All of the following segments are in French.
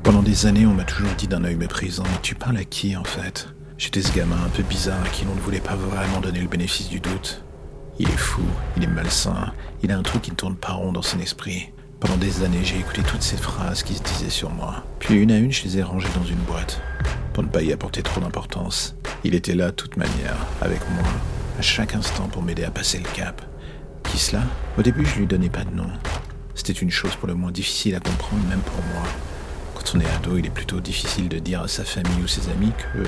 Pendant des années, on m'a toujours dit d'un œil méprisant « Mais tu parles à qui, en fait ?» J'étais ce gamin un peu bizarre à qui l'on ne voulait pas vraiment donner le bénéfice du doute. Il est fou, il est malsain, il a un truc qui ne tourne pas rond dans son esprit. Pendant des années, j'ai écouté toutes ces phrases qui se disaient sur moi. Puis une à une, je les ai rangées dans une boîte, pour ne pas y apporter trop d'importance. Il était là, de toute manière, avec moi, à chaque instant pour m'aider à passer le cap. Qui cela ? Au début, je lui donnais pas de nom. C'était une chose pour le moins difficile à comprendre, même pour moi. Quand on est ado, il est plutôt difficile de dire à sa famille ou ses amis que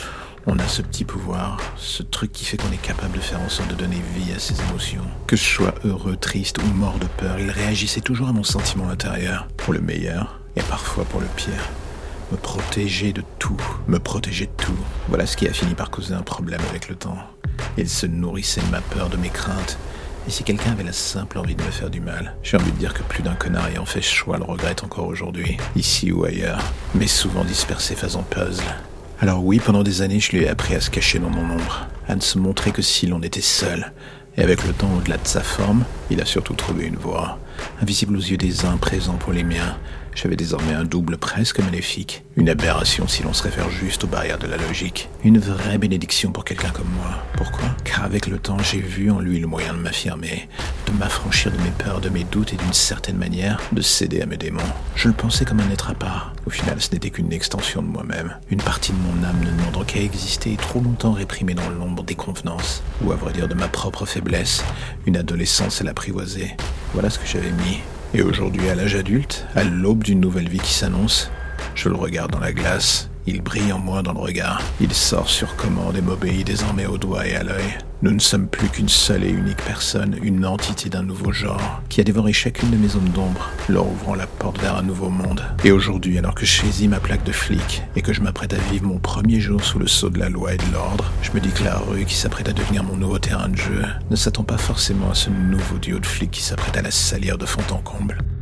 on a ce petit pouvoir, ce truc qui fait qu'on est capable de faire en sorte de donner vie à ses émotions. Que je sois heureux, triste ou mort de peur, il réagissait toujours à mon sentiment intérieur, pour le meilleur et parfois pour le pire. Me protéger de tout, me protéger de tout. Voilà ce qui a fini par causer un problème avec le temps. Il se nourrissait de ma peur, de mes craintes. Et si quelqu'un avait la simple envie de me faire du mal, j'ai envie de dire que plus d'un connard ayant fait ce choix le regrette encore aujourd'hui, ici ou ailleurs, mais souvent dispersé façon puzzle. Alors oui, pendant des années, je lui ai appris à se cacher dans mon ombre, à ne se montrer que si l'on était seul. Et avec le temps, au-delà de sa forme, il a surtout trouvé une voie, invisible aux yeux des uns, présent pour les miens. J'avais désormais un double presque maléfique, une aberration si l'on se réfère juste aux barrières de la logique. Une vraie bénédiction pour quelqu'un comme moi. Pourquoi ? Car avec le temps, j'ai vu en lui le moyen de m'affirmer, de m'affranchir de mes peurs, de mes doutes et d'une certaine manière, de céder à mes démons. Je le pensais comme un être à part. Au final, ce n'était qu'une extension de moi-même. Une partie de mon âme ne demandant qu'à exister et trop longtemps réprimée dans l'ombre des convenances. Ou à vrai dire de ma propre faiblesse, une adolescence à l'apprivoiser. Voilà ce que j'avais mis. Et aujourd'hui, à l'âge adulte, à l'aube d'une nouvelle vie qui s'annonce, je le regarde dans la glace. Il brille en moi dans le regard. Il sort sur commande et m'obéit désormais au doigt et à l'œil. Nous ne sommes plus qu'une seule et unique personne, une entité d'un nouveau genre, qui a dévoré chacune de mes zones d'ombre, leur ouvrant la porte vers un nouveau monde. Et aujourd'hui, alors que je saisis ma plaque de flic et que je m'apprête à vivre mon premier jour sous le sceau de la loi et de l'ordre, je me dis que la rue qui s'apprête à devenir mon nouveau terrain de jeu ne s'attend pas forcément à ce nouveau duo de flics qui s'apprête à la salir de fond en comble.